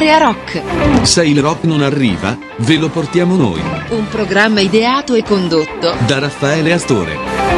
Area Rock. Se il rock non arriva, ve lo portiamo noi. Un programma ideato e condotto da Raffaele Astore.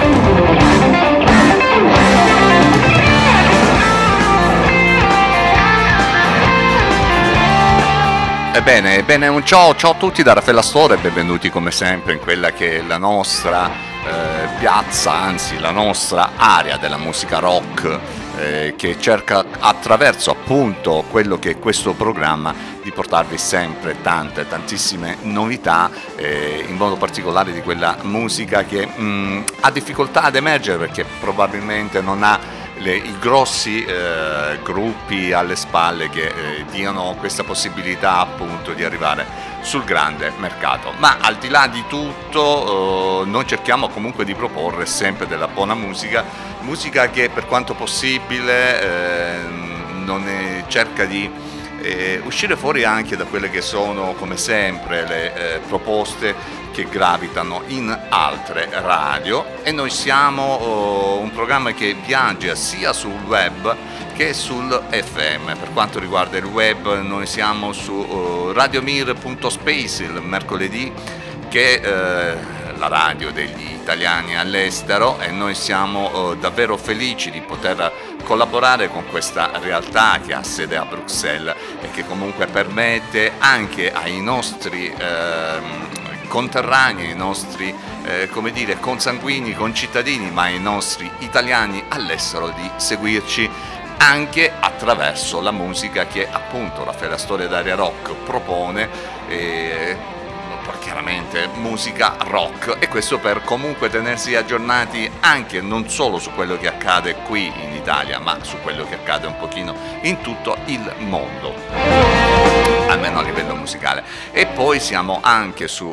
Ebbene, un ciao a tutti da Raffaele Astore e benvenuti come sempre in quella che è la nostra piazza, anzi la nostra area della musica rock, che cerca attraverso appunto quello che è questo programma di portarvi sempre tantissime novità, in modo particolare di quella musica che ha difficoltà ad emergere perché probabilmente non ha i grossi gruppi alle spalle che diano questa possibilità appunto di arrivare sul grande mercato. Ma al di là di tutto noi cerchiamo comunque di proporre sempre della buona musica che per quanto possibile cerca di uscire fuori anche da quelle che sono come sempre le proposte che gravitano in altre radio, e noi siamo un programma che viaggia sia sul web che sul FM. Per quanto riguarda il web noi siamo su radiomir.space il mercoledì, che è la radio degli italiani all'estero, e noi siamo davvero felici di poter collaborare con questa realtà che ha sede a Bruxelles e che comunque permette anche ai nostri conterranei, ai nostri consanguini, concittadini, ma ai nostri italiani all'estero di seguirci anche attraverso la musica che appunto Raffaele Astore d'Area Rock propone, chiaramente musica rock, e questo per comunque tenersi aggiornati anche non solo su quello che accade qui in Italia, ma su quello che accade un pochino in tutto il mondo, almeno a livello musicale. E poi siamo anche su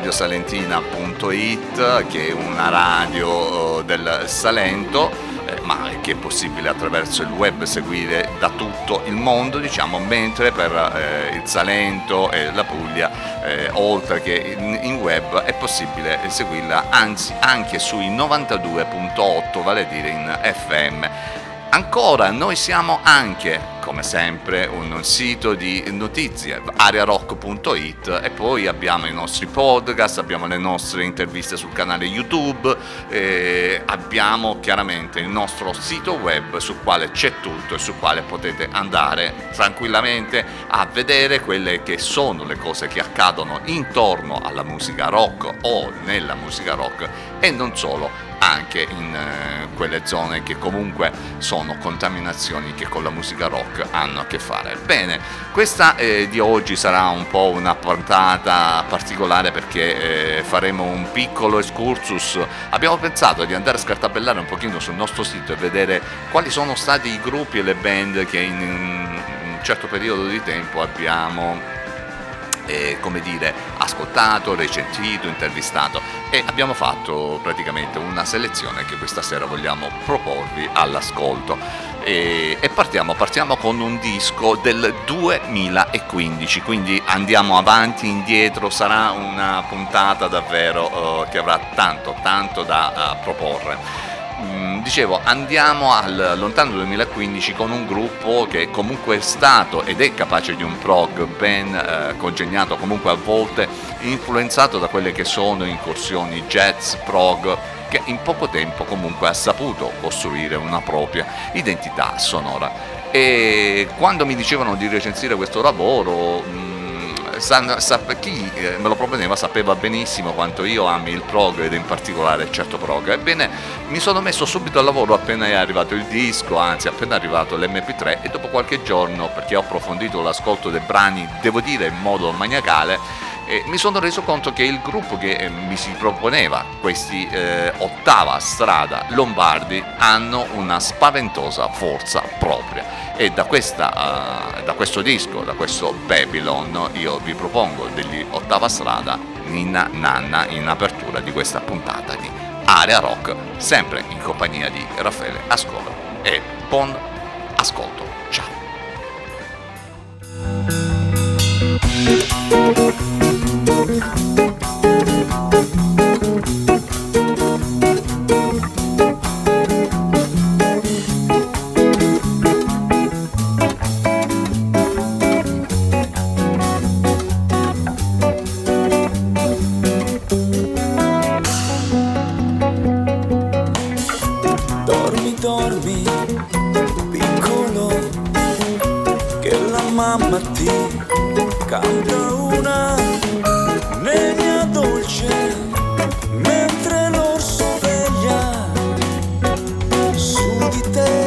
radiosalentina.it, che è una radio del Salento, ma che è possibile attraverso il web seguire da tutto il mondo, diciamo, mentre per il Salento e la Puglia, oltre che in web, è possibile seguirla anzi anche sui 92.8, vale a dire in FM. Ancora, noi siamo anche, come sempre, un sito di notizie, arearock.it, e poi abbiamo i nostri podcast, abbiamo le nostre interviste sul canale YouTube, abbiamo chiaramente il nostro sito web sul quale c'è tutto e sul quale potete andare tranquillamente a vedere quelle che sono le cose che accadono intorno alla musica rock o nella musica rock, e non solo, anche in quelle zone che comunque sono contaminazioni che con la musica rock hanno a che fare. Bene, questa di oggi sarà un po' una puntata particolare perché faremo un piccolo excursus. Abbiamo pensato di andare a scartabellare un pochino sul nostro sito e vedere quali sono stati i gruppi e le band che in un certo periodo di tempo abbiamo ascoltato, recensito, intervistato, e abbiamo fatto praticamente una selezione che questa sera vogliamo proporvi all'ascolto. E partiamo con un disco del 2015, quindi andiamo avanti, indietro, sarà una puntata davvero che avrà tanto da proporre. Dicevo, andiamo al lontano 2015 con un gruppo che comunque è stato ed è capace di un prog ben congegnato, comunque a volte influenzato da quelle che sono incursioni jazz, prog, che in poco tempo comunque ha saputo costruire una propria identità sonora. E quando mi dicevano di recensire questo lavoro, chi me lo proponeva sapeva benissimo quanto io ami il prog, ed in particolare certo prog. Ebbene, mi sono messo subito al lavoro appena è arrivato il disco, anzi appena è arrivato l'MP3, e dopo qualche giorno, perché ho approfondito l'ascolto dei brani, devo dire in modo maniacale, mi sono reso conto che il gruppo che mi si proponeva, questi Ottava Strada Lombardi, hanno una spaventosa forza propria. E da questo disco, da questo Babylon, io vi propongo degli Ottava Strada, Ninna Nanna, in apertura di questa puntata di Area Rock, sempre in compagnia di Raffaele Ascolo, e buon ascolto. Ciao. dormi, dormi, piccolo, che la mamma ti canta una nenia dolce, mentre l'orso veglia su di te.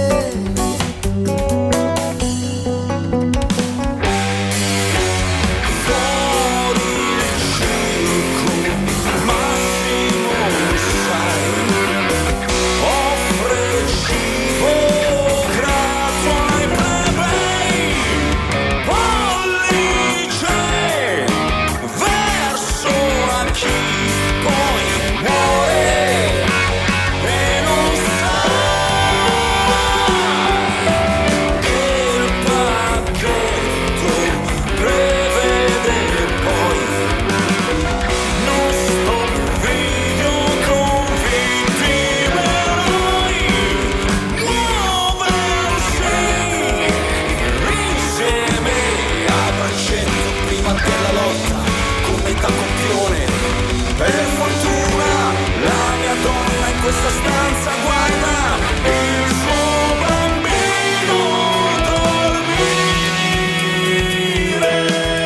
Questa stanza guarda il suo bambino dormire.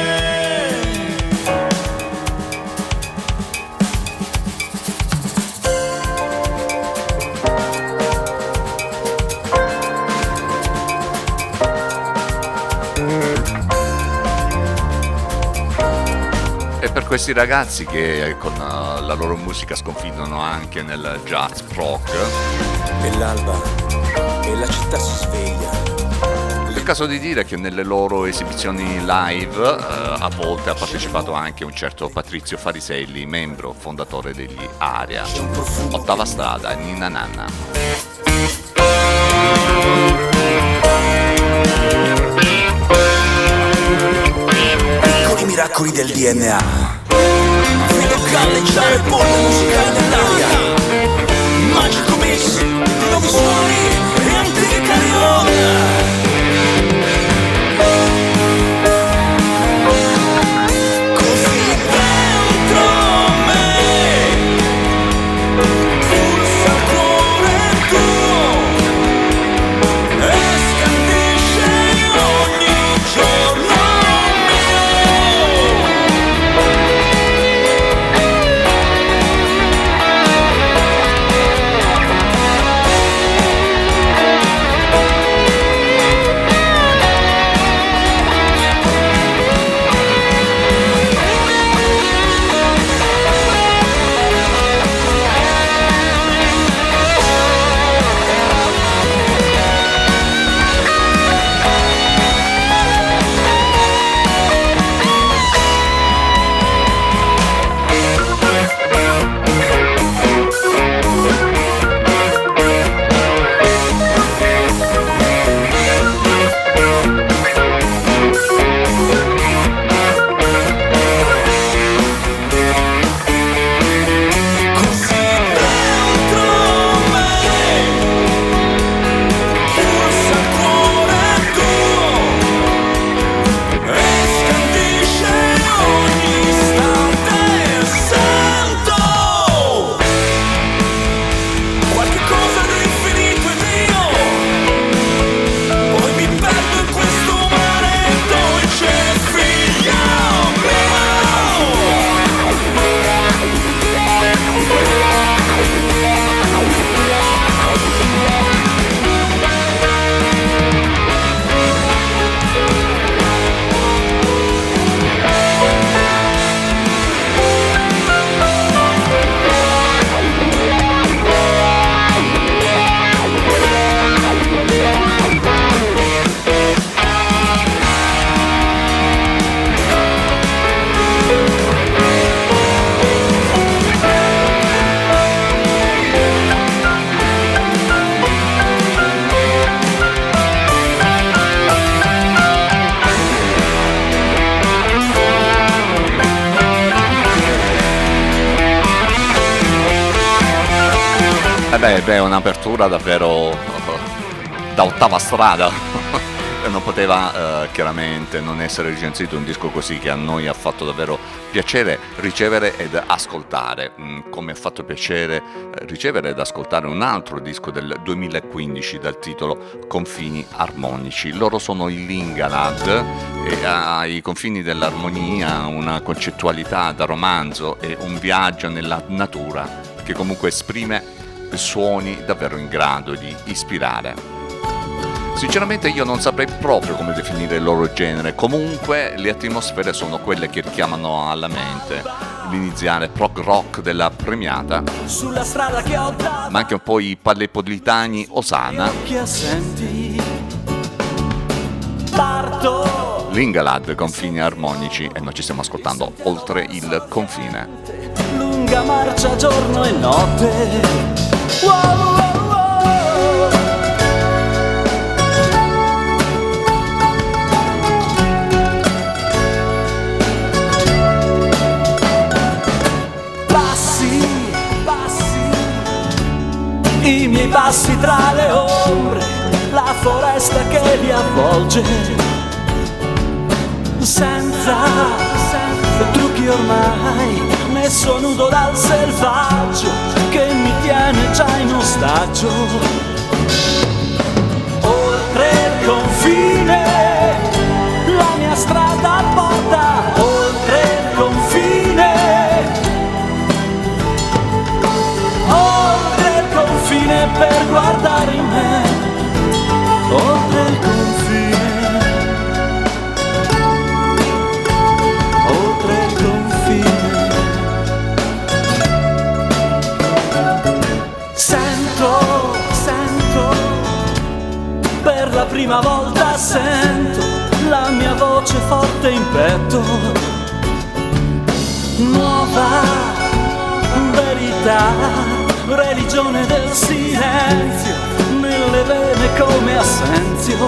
E per questi ragazzi che con la loro musica sconfidano anche nel jazz rock, E l'alba e la città si sveglia. è il caso di dire che nelle loro esibizioni live a volte ha partecipato anche un certo Patrizio Fariselli, membro fondatore degli Aria. Ottava Strada, Ninna Nanna. Piccoli miracoli del DNA. Vedo galleggiare bolle musicali nell'aria. Magico mix di nuovi suoni e antiche carriole. Così dentro me pulsa il cuore tuo e scandisce ogni giorno. Beh, è un'apertura davvero da Ottava Strada. Non poteva chiaramente non essere recensito un disco così, che a noi ha fatto davvero piacere ricevere ed ascoltare, come ha fatto piacere ricevere ed ascoltare un altro disco del 2015 dal titolo Confini armonici. Loro sono i Lingalad e ai confini dell'armonia, una concettualità da romanzo e un viaggio nella natura che comunque esprime suoni davvero in grado di ispirare. Sinceramente io non saprei proprio come definire il loro genere, comunque le atmosfere sono quelle che chiamano alla mente l'iniziale prog rock della Premiata, sulla strada che ho dato, ma anche un po' i pallepolitani Osana, che assenti. Parto Lingalad, Confini armonici, e noi ci stiamo ascoltando Oltre il confine. lunga marcia giorno e notte. Wow, wow, wow. I miei passi tra le ombre, la foresta che li avvolge, senza trucchi ormai, messo nudo dal selvaggio che mi tiene già in ostaggio. Oltre il confine, la mia strada porta oltre il confine. Per guardare in me, oltre il confine, oltre il confine. Sento, per la prima volta sento la mia voce forte in petto. Nuova verità, religione del silenzio, nelle vene come Assenzio.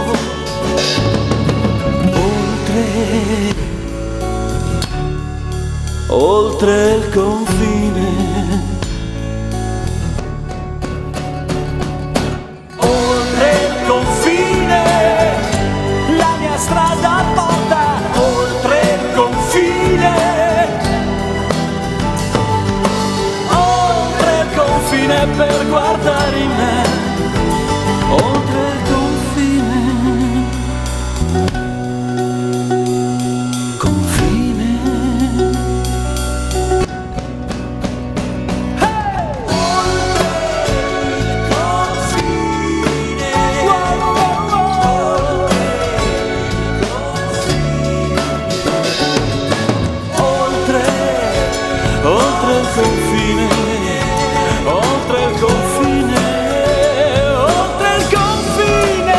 Oltre il confine, oltre il confine, la mia strada porta oltre il confine. Per guardare in me, oltre il confine, confine. Hey! Oltre il confine, wow, wow, wow. Oltre il confine. Oltre il confine, oltre il confine,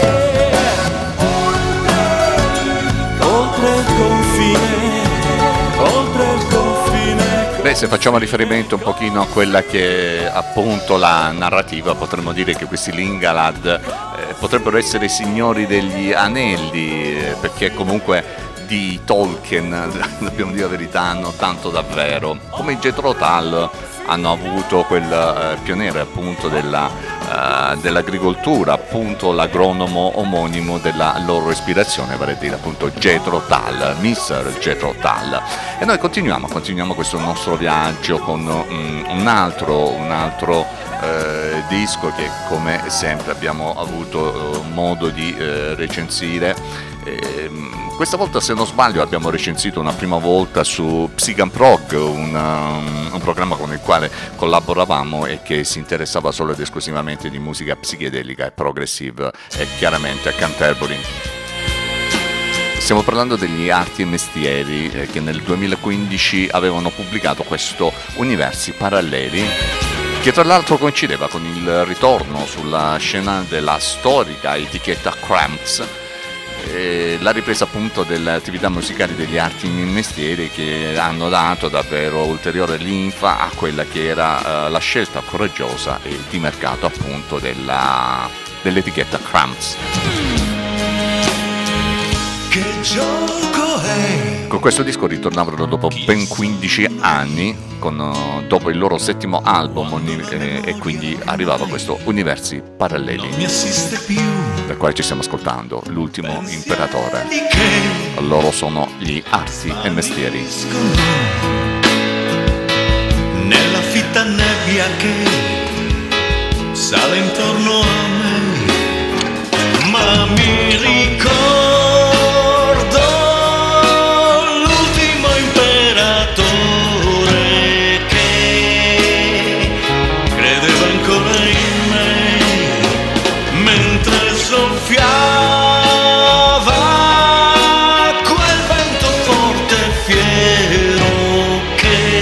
oltre il confine, oltre il confine. Beh, se facciamo riferimento un pochino a quella che è appunto la narrativa, potremmo dire che questi Lingalad potrebbero essere i signori degli anelli, perché comunque di Tolkien, dobbiamo dire la verità, hanno tanto davvero, come i Jethro Tull hanno avuto quel pioniere appunto dell'agricoltura, appunto l'agronomo omonimo della loro ispirazione, vale a dire appunto Jethro Tull, Mr. Jethro Tull. E noi continuiamo questo nostro viaggio con un altro disco che come sempre abbiamo avuto modo di recensire. Questa volta, se non sbaglio, abbiamo recensito una prima volta su Psygan Prog, un programma con il quale collaboravamo e che si interessava solo ed esclusivamente di musica psichedelica e progressive, e chiaramente a Canterbury. Stiamo parlando degli Arti e Mestieri che nel 2015 avevano pubblicato questo Universi Paralleli, che tra l'altro coincideva con il ritorno sulla scena della storica etichetta Cramps, la ripresa appunto delle attività musicali degli Arti e Mestieri, che hanno dato davvero ulteriore linfa a quella che era la scelta coraggiosa e di mercato appunto dell'etichetta Cramps. Che gioco è Con questo disco ritornavano dopo ben 15 anni, dopo il loro 7° album, e quindi arrivava questo Universi Paralleli, dal quale ci stiamo ascoltando l'ultimo imperatore. Loro sono gli Arti e Mestieri. Nella fitta nebbia che sale intorno a me, ma mi ricordo l'ultimo imperatore che credeva ancora in me mentre soffiava quel vento forte e fiero che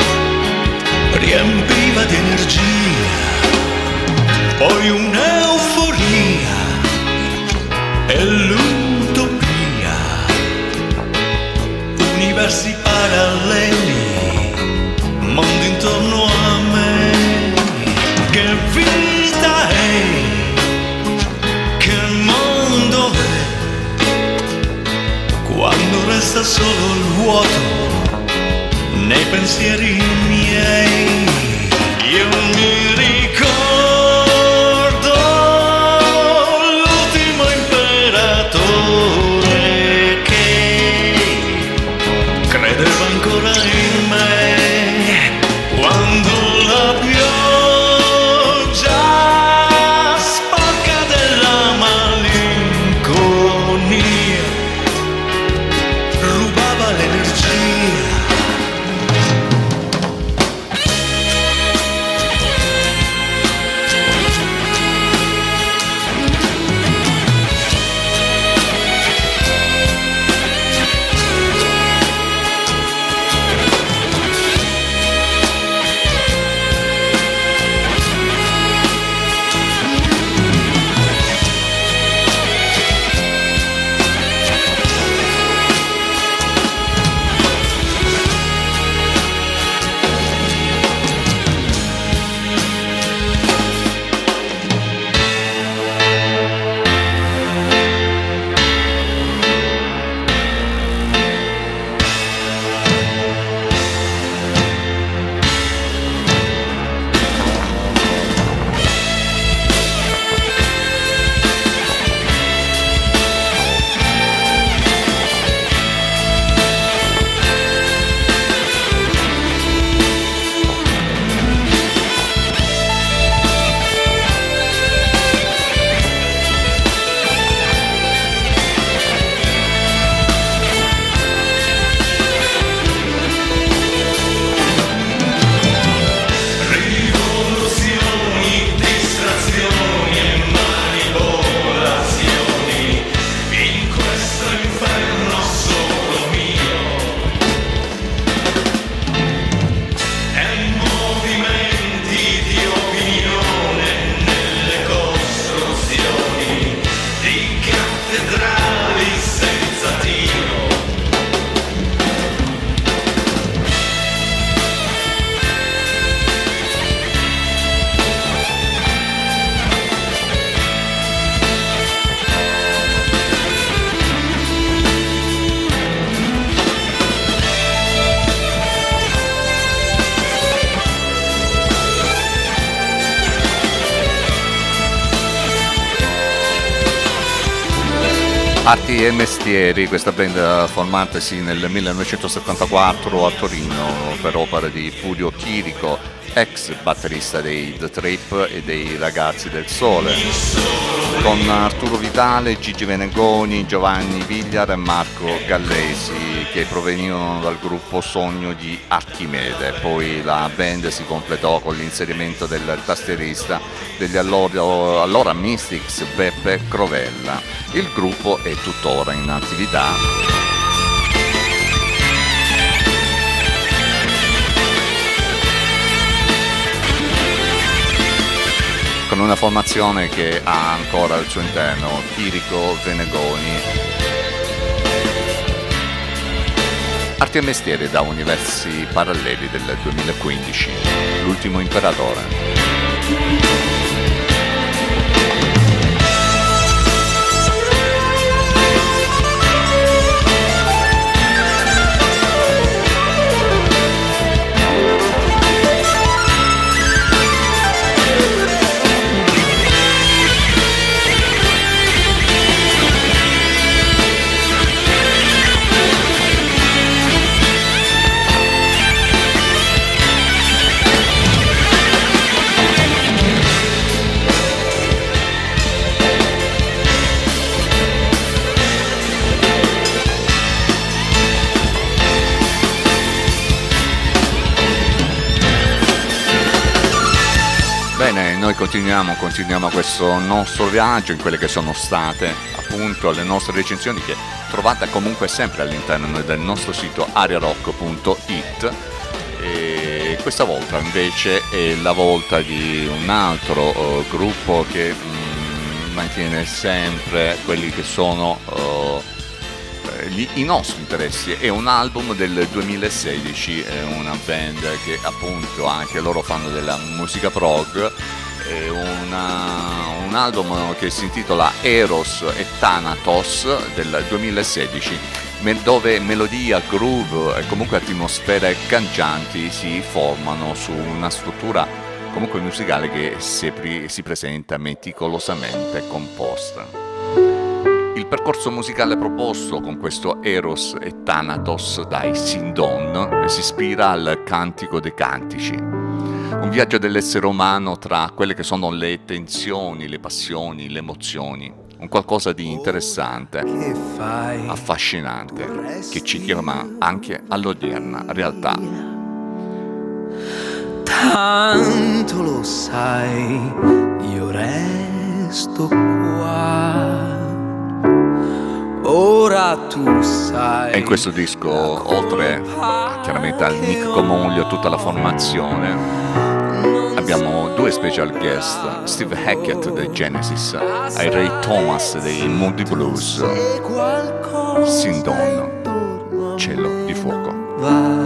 riempiva di energia, poi un'euforia e l'utopia, universi paralleli, mondo intorno a me. Che vita è, che mondo è, quando resta solo il vuoto nei pensieri miei. Io mi ricordo l'ultimo imperatore che credeva ancora in me quando la pioggia sporca della malinconia rubava l'energia. Arti e Mestieri, questa band formatasi nel 1974 a Torino per opera di Furio Chirico, ex batterista dei The Trip e dei Ragazzi del Sole, con Arturo Vitale, Gigi Venegoni, Giovanni Vigliar e Marco Gallesi, che provenivano dal gruppo Sogno di Archimede. Poi la band si completò con l'inserimento del tastierista degli allora Mystics, Beppe Crovella. Il gruppo è tuttora in attività. Con una formazione che ha ancora al suo interno Chirico, Venegoni. Arti e Mestieri da Universi Paralleli del 2015, l'ultimo imperatore. noi continuiamo questo nostro viaggio in quelle che sono state appunto le nostre recensioni, che trovate comunque sempre all'interno del nostro sito ariarock.it. E questa volta invece è la volta di un altro gruppo che mantiene sempre quelli che sono i nostri interessi. È un album del 2016, è una band che appunto anche loro fanno della musica prog. È un album che si intitola Eros e Thanatos del 2016, dove melodia, groove e comunque atmosfere cangianti si formano su una struttura comunque musicale che si presenta meticolosamente composta. Il percorso musicale proposto con questo Eros e Thanatos dai Sindon si ispira al Cantico dei Cantici, un viaggio dell'essere umano tra quelle che sono le tensioni, le passioni, le emozioni, un qualcosa di interessante, affascinante, che ci chiama anche all'odierna realtà. Tanto lo sai, io resto qua. Ora tu sai. E in questo disco, oltre chiaramente al Nick Comoglio e tutta la formazione, abbiamo due special guest: Steve Hackett dei Genesis e Ray Thomas dei Moody Blues. Sindon, Cielo di Fuoco.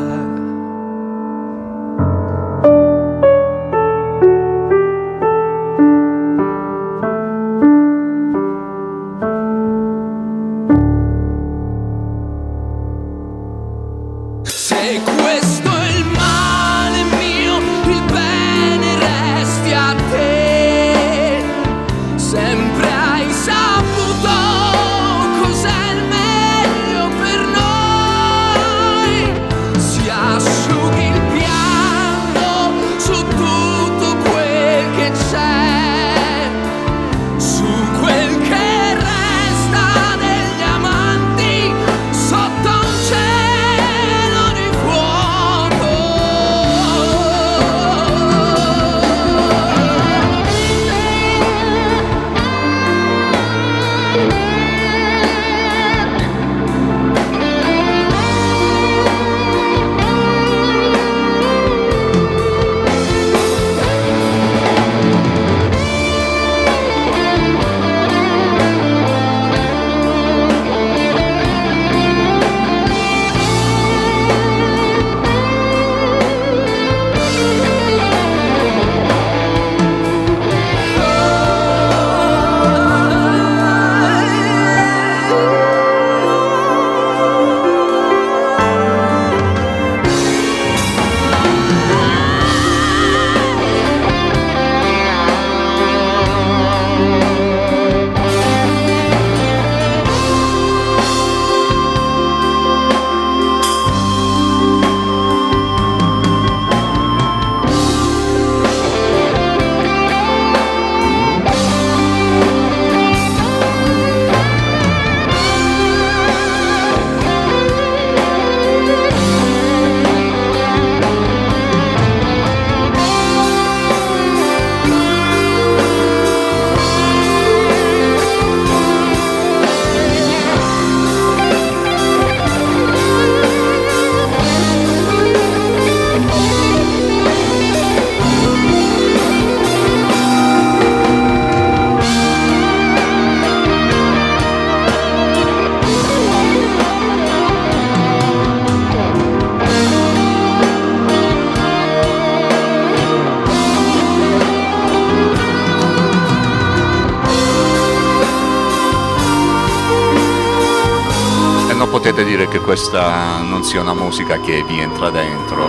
Potete dire che questa non sia una musica che vi entra dentro.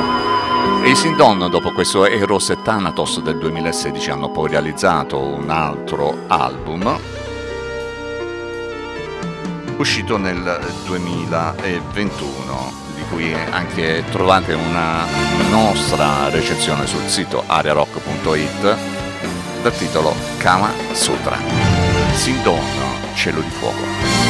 E i Sindon, dopo questo Eros e Thanatos del 2016, hanno poi realizzato un altro album uscito nel 2021, di cui anche trovate una nostra recensione sul sito ariarock.it dal titolo Kama Sutra. Sindon, Cielo di Fuoco.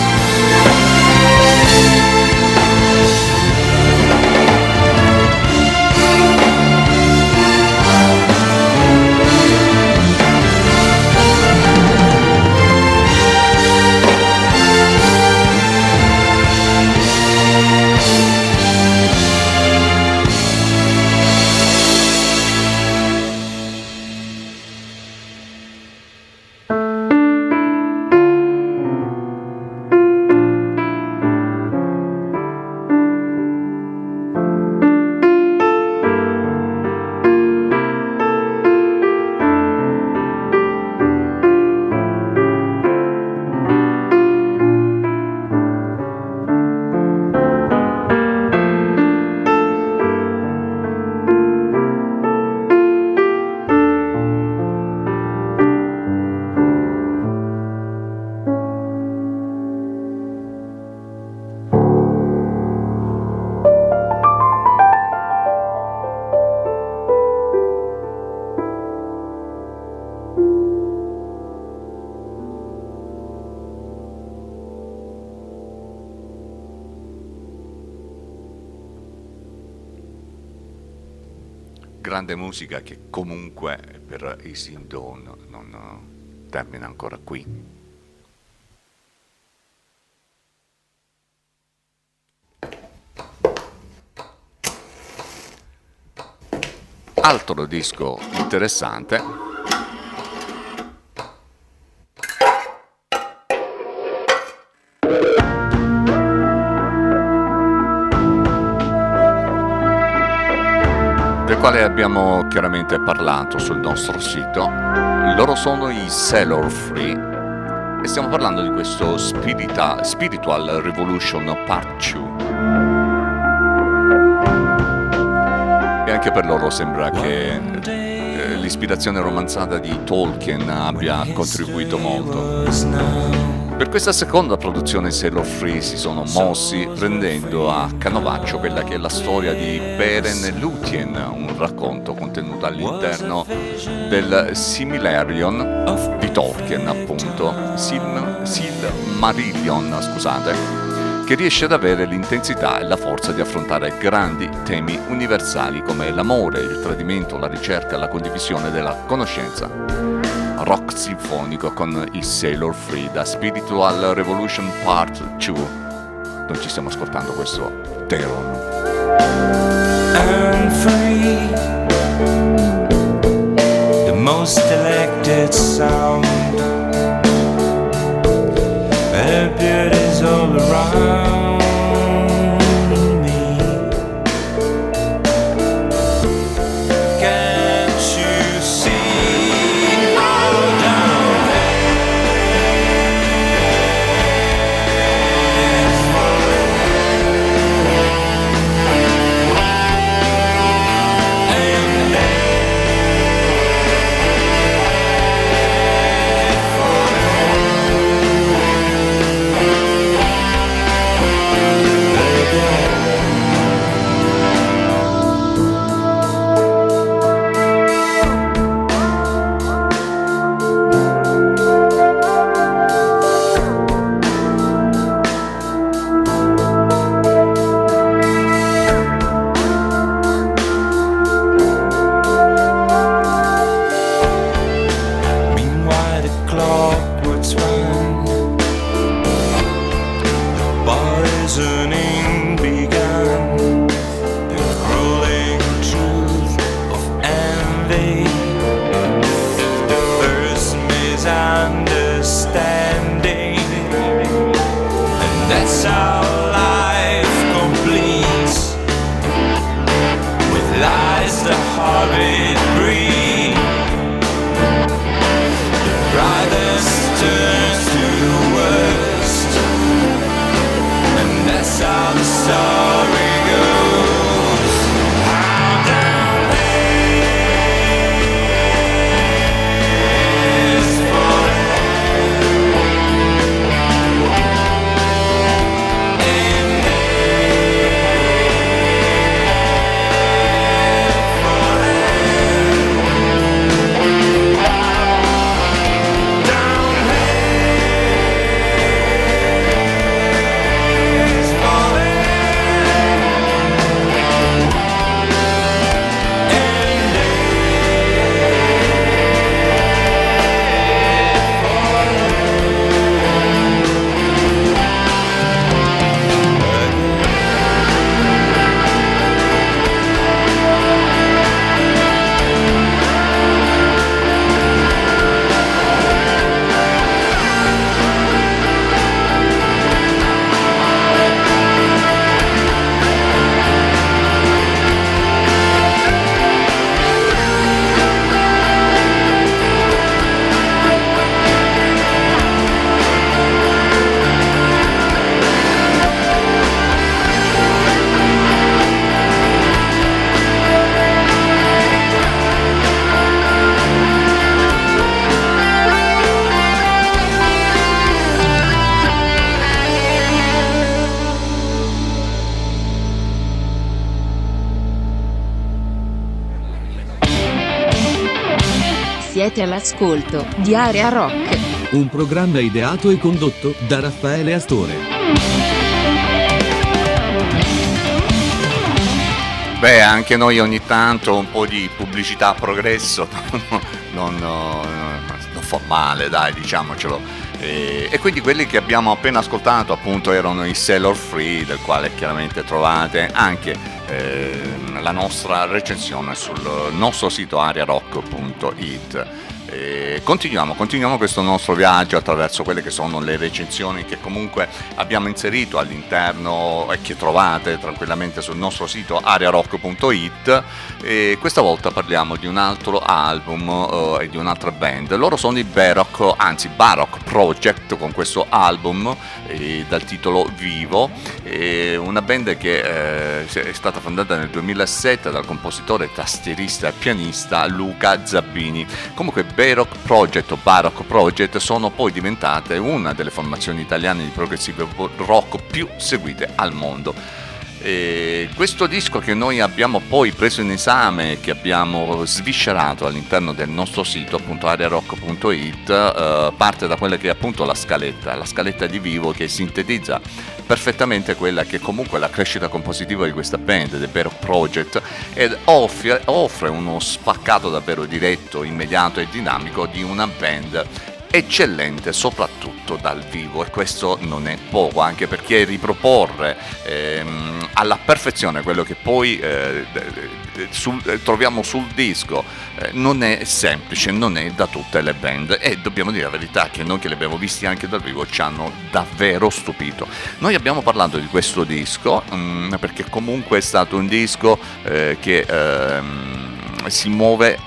grande musica che comunque per Easy Dawn non termina ancora qui. Altro disco interessante. Del quale abbiamo chiaramente parlato sul nostro sito. Loro sono i Sailor Free e stiamo parlando di questo Spiritual Revolution Part 2. E anche per loro sembra che l'ispirazione romanzata di Tolkien abbia contribuito molto. Per questa seconda produzione Sailor Free si sono mossi prendendo a canovaccio quella che è la storia di Beren Lúthien, un racconto contenuto all'interno del Silmarillion di Tolkien, appunto, Silmarillion, scusate, che riesce ad avere l'intensità e la forza di affrontare grandi temi universali come l'amore, il tradimento, la ricerca, la condivisione della conoscenza. Rock sinfonico con i Sailor Free da Spiritual Revolution Part 2. Non ci stiamo ascoltando questo Theron. I'm free, the most elected sound. The beauty's all around me. Can't you see? Siete all'ascolto di Area Rock, un programma ideato e condotto da Raffaele Astore. Beh, anche noi ogni tanto un po' di pubblicità a progresso non fa male, dai, diciamocelo. E quindi quelli che abbiamo appena ascoltato appunto erano i Sailor Free, del quale chiaramente trovate anche la nostra recensione sul nostro sito ariarock.it. Continuiamo questo nostro viaggio attraverso quelle che sono le recensioni che comunque abbiamo inserito all'interno e che trovate tranquillamente sul nostro sito ariarock.it. E questa volta parliamo di un altro album e di un'altra band. Loro sono i Baroque Project, con questo album dal titolo Vivo, una band che è stata fondata nel 2007 dal compositore, tastierista e pianista Luca Zabbini. Comunque Baroque Project sono poi diventate una delle formazioni italiane di progressive rock più seguite al mondo. Questo disco che noi abbiamo poi preso in esame, che abbiamo sviscerato all'interno del nostro sito appunto ariarock.it, parte da quella che è appunto la scaletta di Vivo, che sintetizza perfettamente quella che comunque è la crescita compositiva di questa band, The Baroque Project, ed offre uno spaccato davvero diretto, immediato e dinamico di una band eccellente soprattutto dal vivo, e questo non è poco, anche perché riproporre alla perfezione quello che poi troviamo sul disco non è semplice, non è da tutte le band, e dobbiamo dire la verità che noi che li abbiamo visti anche dal vivo ci hanno davvero stupito. Noi abbiamo parlato di questo disco perché comunque è stato un disco che si muove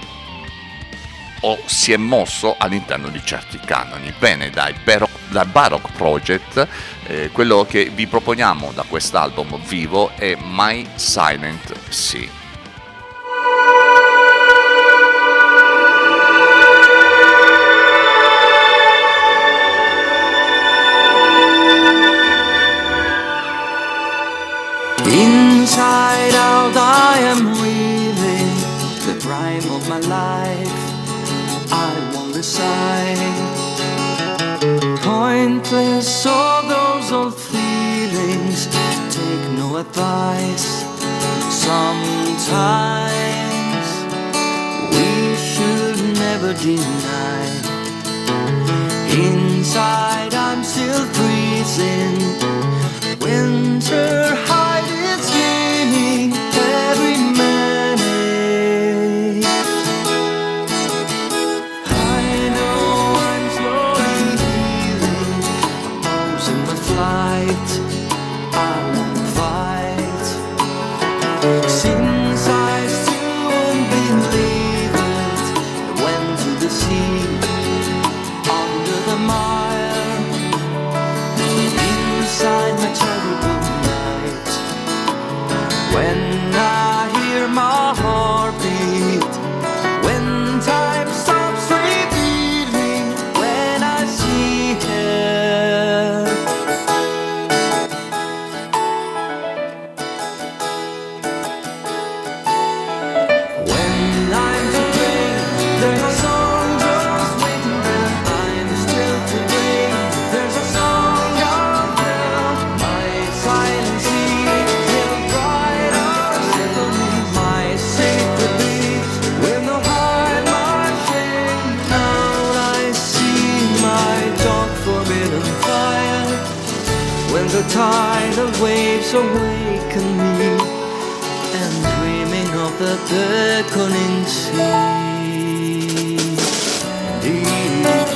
o si è mosso all'interno di certi canoni. Bene, dal Baroque Project, quello che vi proponiamo da quest'album vivo è My Silent Sea. Inside out I am weaving the prime of my life. I won't decide. Pointless all those old feelings, take no advice. Sometimes we should never deny. Inside I'm still freezing. Winter hide its meaning every minute. I know I'm slowly healing, losing my flight. I won't fight, since I still believe it. I went to the sea, under the mire, inside my terrible night. When I hear my heart beat, when time stops repeating, when I see her. When I'm to bring, there's a song just waiting there. I'm still to bring, there's a song out there. My silent sea will guide our symphony. My sacred beat will not hide my shame. Now I see my dark forbidden fire. When the tidal waves awaken me, and dreaming of the beckoning sea. Indeed.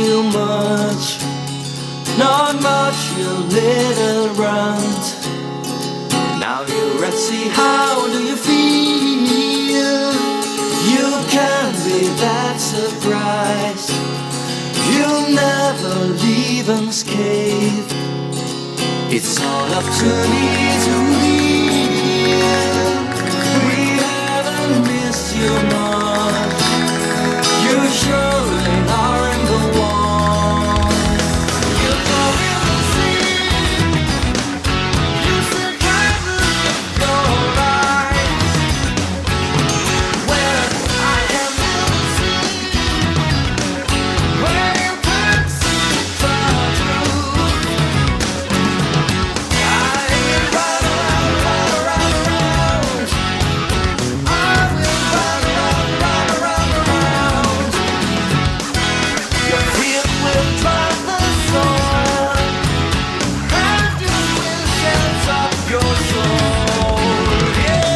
you much, not much, you little runt. Now you're at sea, how do you feel? You can't be that surprised. You'll never leave unscathed. It's all up to me to leave. We haven't missed you much. You surely aren't the one. You don't even see. You still can't look alright. Where I am losing, where you can't see the truth. I will run around, run around, around. I will run around, run around, around. Your feet will drive the soil, and you will shelter up your soul. Yeah.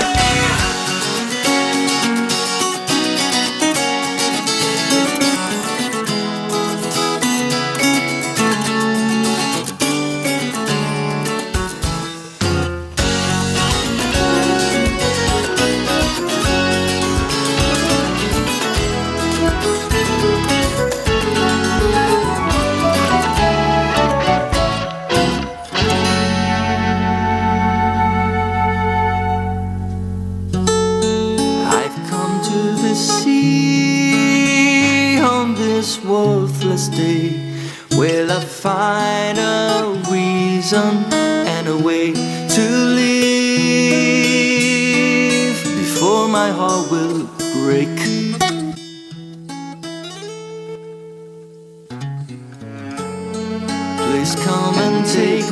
I've come to the sea on this worthless day. Will I find a reason and a way to live before my heart will break? Please come and take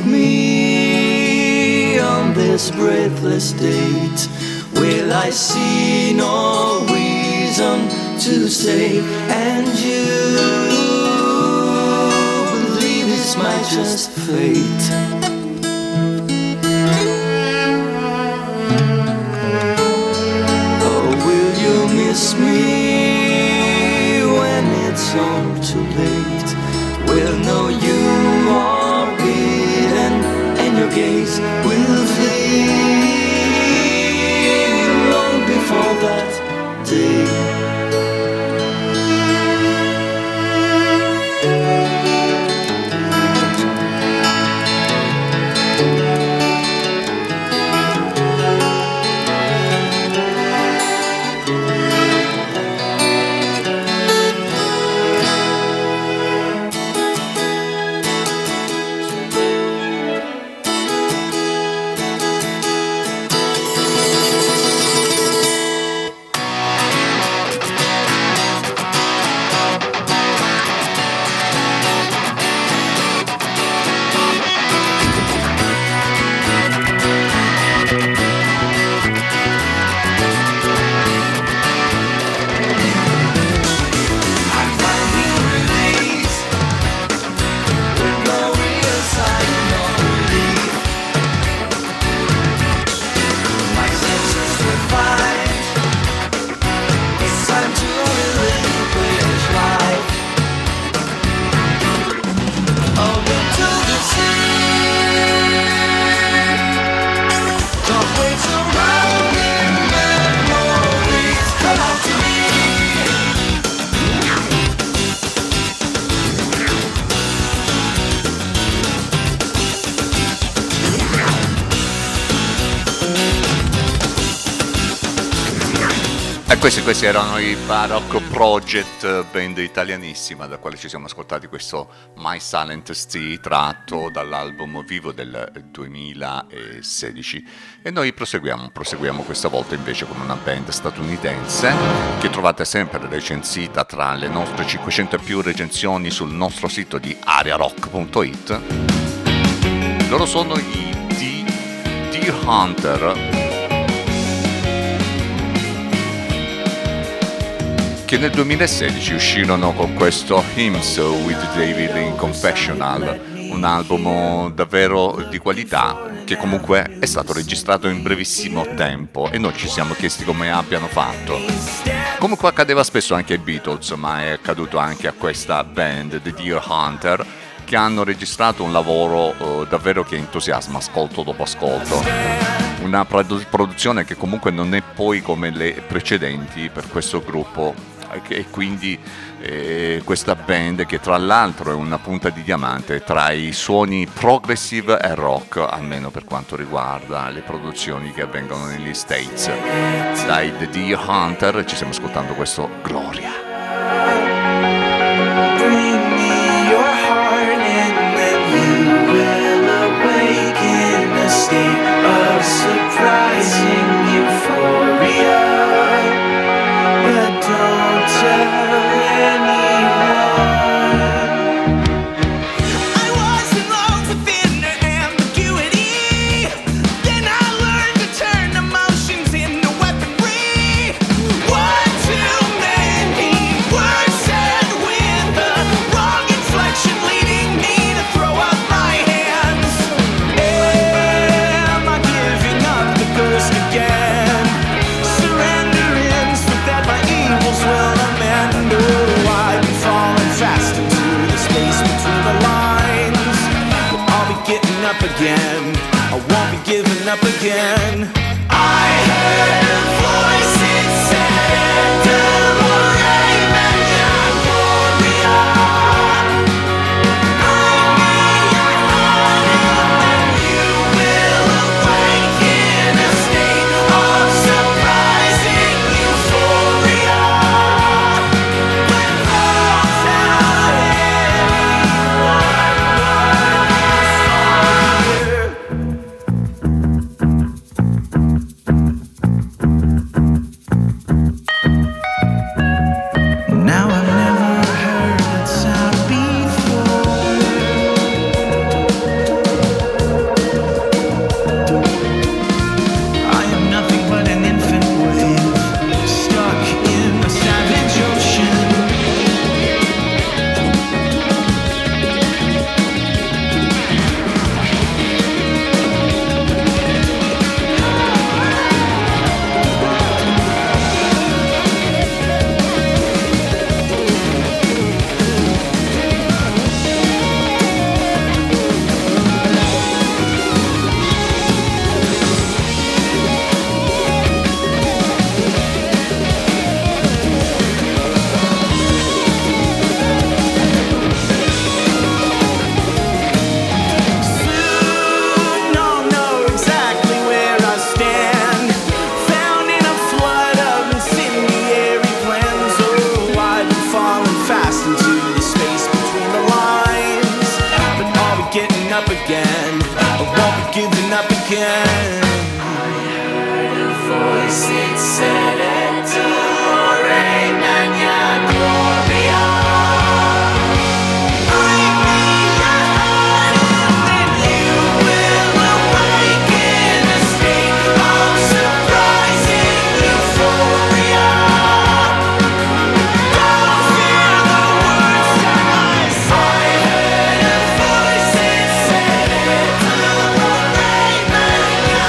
me on this breathless date. Will I see no reason to stay? And you believe it's my just fate? Or will you miss me when it's all too late? Will know you are beaten and your gaze will flee long before that day. E questi erano i Baroque Project, band italianissima, da quale ci siamo ascoltati questo My Silent Sea, tratto dall'album Vivo del 2016. E noi proseguiamo questa volta invece con una band statunitense che trovate sempre recensita tra le nostre 500 e più recensioni sul nostro sito di ariarock.it. Loro sono i Deer Hunter, che nel 2016 uscirono con questo Hymns with David in Confessional, un album davvero di qualità che comunque è stato registrato in brevissimo tempo e noi ci siamo chiesti come abbiano fatto. come accadeva spesso anche ai Beatles, ma è accaduto anche a questa band, The Deer Hunter, che hanno registrato un lavoro davvero che entusiasma ascolto dopo ascolto. Una produzione che comunque non è poi come le precedenti per questo gruppo, e quindi questa band che tra l'altro è una punta di diamante tra i suoni progressive e rock, almeno per quanto riguarda le produzioni che avvengono negli States. Dai The Deer Hunter ci stiamo ascoltando questo Gloria. Bring me your heart and then you will awaken a state of surprising euphoria. But don't tell anyone. I was in love with inner ambiguity. Then I learned to turn emotions into weaponry. One too many words said with the wrong inflection, leading me to throw up my hands. Am I giving up the ghost again? Surrendering so that my evils will amend. Oh, I've been falling fast into the space between the lines. But I'll be getting up again. I won't be giving up again. I heard a voice, it said, Dolore Magna Gloria. Bring me your heart and you will awaken a state of surprising euphoria. But don't tell anyone Now I've never heard that sound before. I am nothing but an infant wave stuck in a savage ocean. Soon I'll know exactly where I stand, found in a flood of incendiary plans. Oh, I've been falling fast into the space between the lines. But I'll be getting up again. I won't be giving up again. I heard a voice, it said, Dolore Magna Gloria. Bring me your heart and you will awaken a state of surprising euphoria. Don't fear the words that I say. I heard a voice, it said, Dolore Magna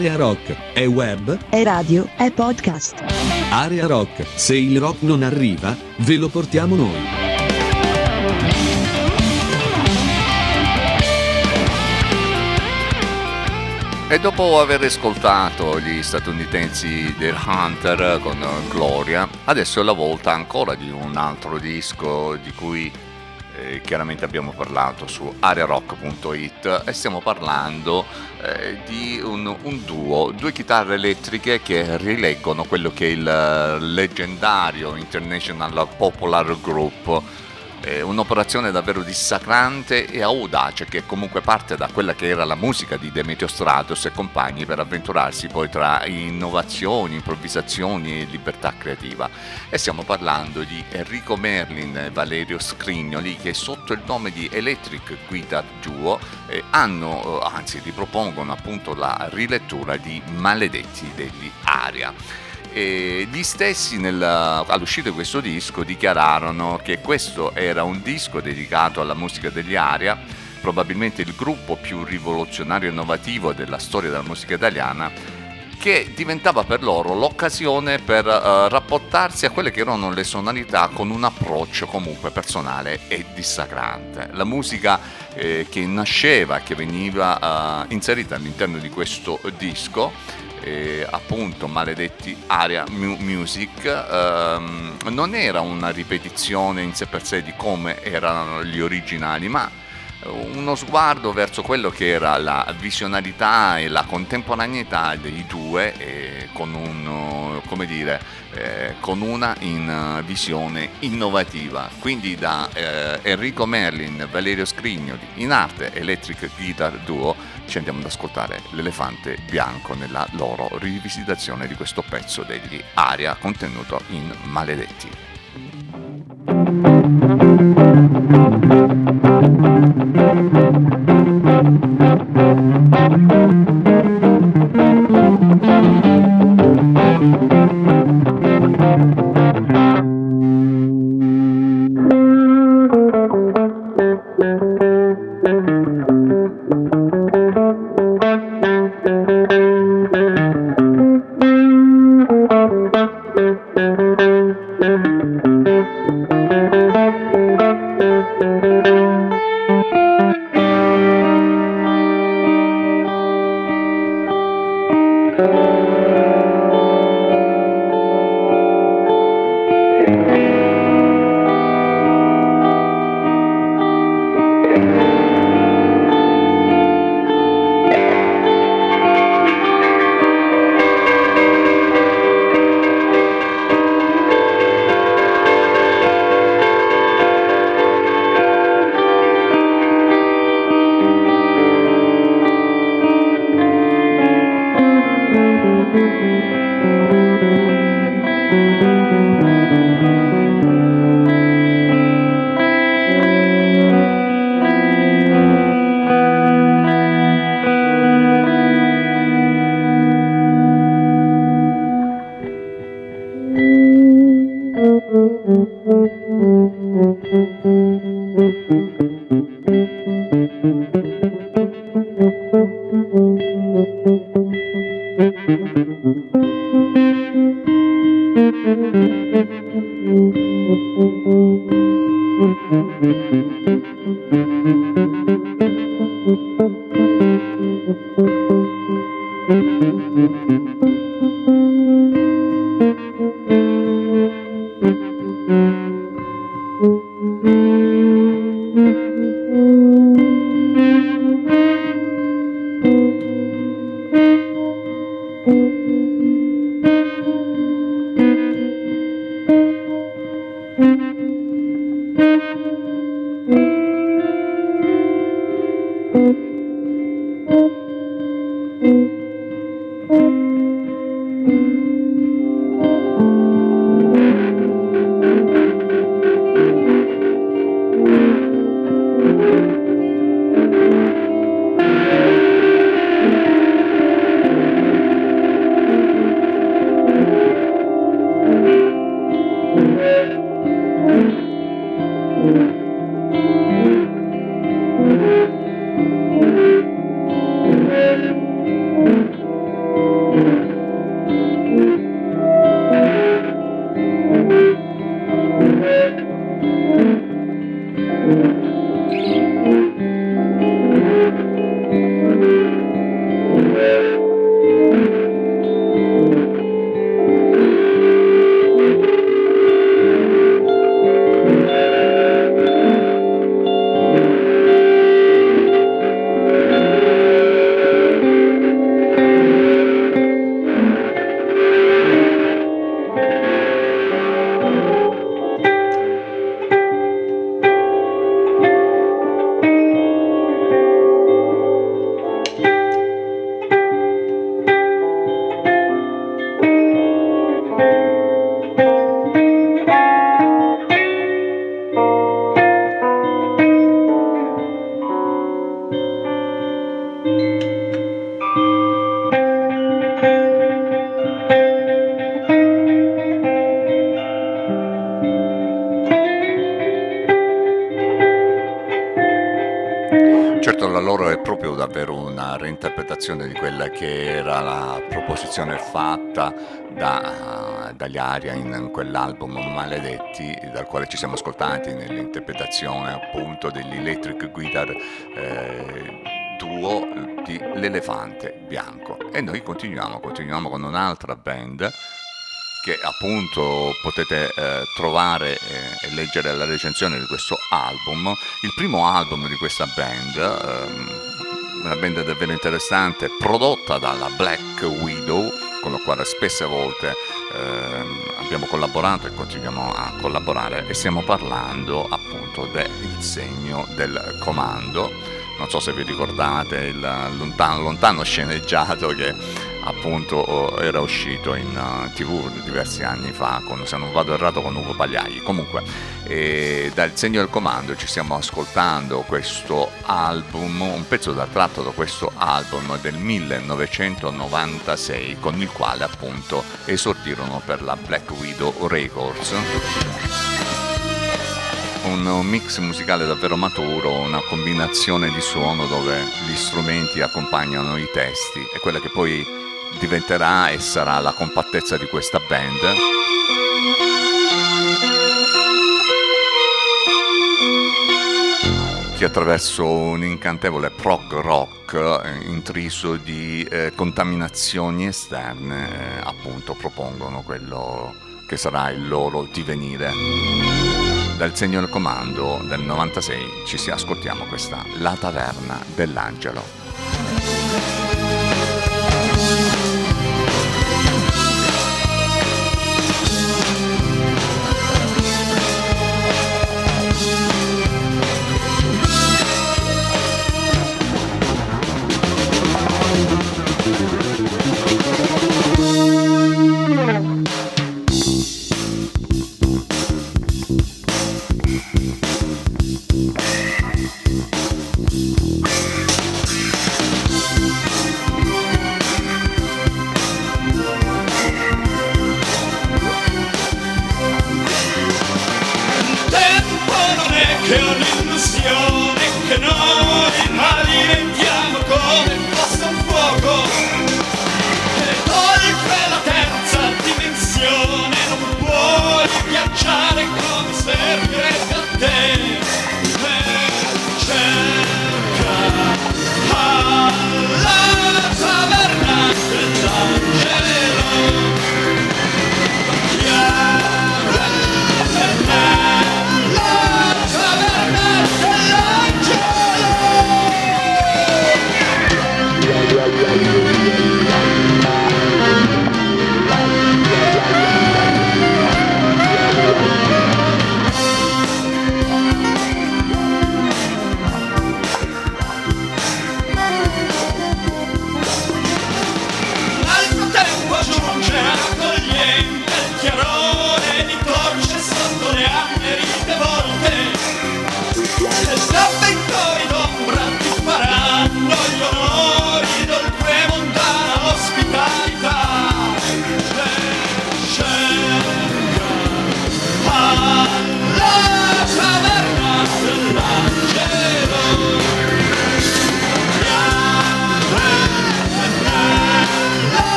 Area Rock è web, È radio, è podcast. Area Rock, se il rock non arriva, ve lo portiamo noi. E dopo aver ascoltato gli statunitensi The Hunter con Gloria, adesso è la volta ancora di un altro disco di cui chiaramente abbiamo parlato su ariarock.it e stiamo parlando di un duo, due chitarre elettriche che rileggono quello che è il leggendario International Popular Group. Un'operazione davvero dissacrante e audace che comunque parte da quella che era la musica di Demetrio Stratos e compagni per avventurarsi poi tra innovazioni, improvvisazioni e libertà creativa. E stiamo parlando di Enrico Merlin e Valerio Scrignoli che sotto il nome di Electric Guitar Duo ripropongono appunto la rilettura di Maledetti degli Aria. E gli stessi all'uscita di questo disco dichiararono che questo era un disco dedicato alla musica degli Aria, probabilmente il gruppo più rivoluzionario e innovativo della storia della musica italiana, che diventava per loro l'occasione per rapportarsi a quelle che erano le sonorità con un approccio comunque personale e dissacrante. La musica che nasceva, che veniva inserita all'interno di questo disco, appunto Maledetti Aria Music, non era una ripetizione in sé per sé di come erano gli originali, ma uno sguardo verso quello che era la visionarietà e la contemporaneità dei due, con una visione innovativa. Quindi da Enrico Merlin, Valerio Scrignoli, in arte Electric Guitar Duo, ci andiamo ad ascoltare l'Elefante Bianco nella loro rivisitazione di questo pezzo degli Aria contenuto in Maledetti. Certo, la loro è proprio davvero una reinterpretazione di quella che era la proposizione fatta dagli Aria in quell'album Maledetti, dal quale ci siamo ascoltati nell'interpretazione appunto degli Electric Guitar duo di L'Elefante Bianco. E noi continuiamo con un'altra band che appunto potete trovare e leggere la recensione di questo album, il primo album di questa band, una band davvero interessante, prodotta dalla Black Widow, con la quale spesse volte abbiamo collaborato e continuiamo a collaborare, e stiamo parlando appunto del Segno del Comando. Non so se vi ricordate il lontano sceneggiato che appunto era uscito in TV diversi anni fa, se non vado errato, con Ugo Pagliai. Comunque dal Segno del Comando ci stiamo ascoltando questo album, un pezzo tratto da questo album del 1996, con il quale appunto esordirono per la Black Widow Records. Un mix musicale davvero maturo, una combinazione di suono dove gli strumenti accompagnano i testi, e quella che poi diventerà e sarà la compattezza di questa band, che attraverso un incantevole prog rock intriso di contaminazioni esterne appunto propongono quello che sarà il loro divenire. Dal Segno del Comando del 96 ci ascoltiamo questa La Taverna dell'Angelo.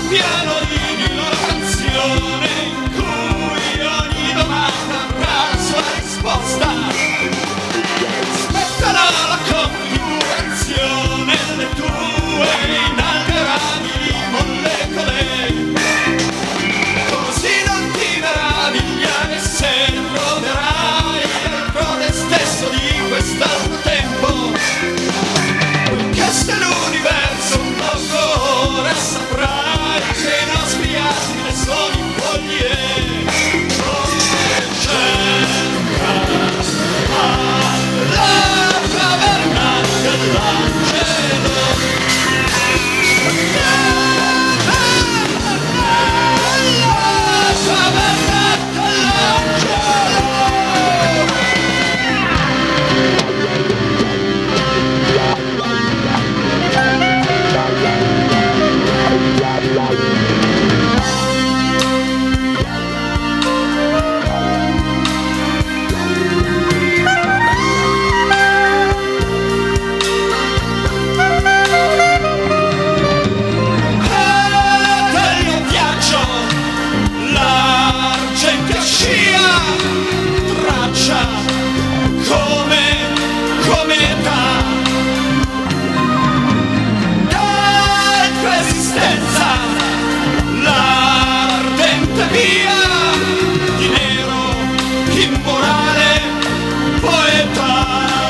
piano di una canzone in cui ogni domanda avrà la sua risposta. Spetterà la configurazione delle tue inalterabili molecole. Così non ti meravigliare se proverai il prode stesso di quest'altro tempo. Questo è l'universo, un poco ora saprai che i nostri asini sono in foglie. Come c'entra alla caverna dell'angelo. Alla caverna dell'angelo. Taglio ghiaccio, l'argenteo scia, traccia come età. Dalla esistenza, l'ardente via di nero, immorale poeta.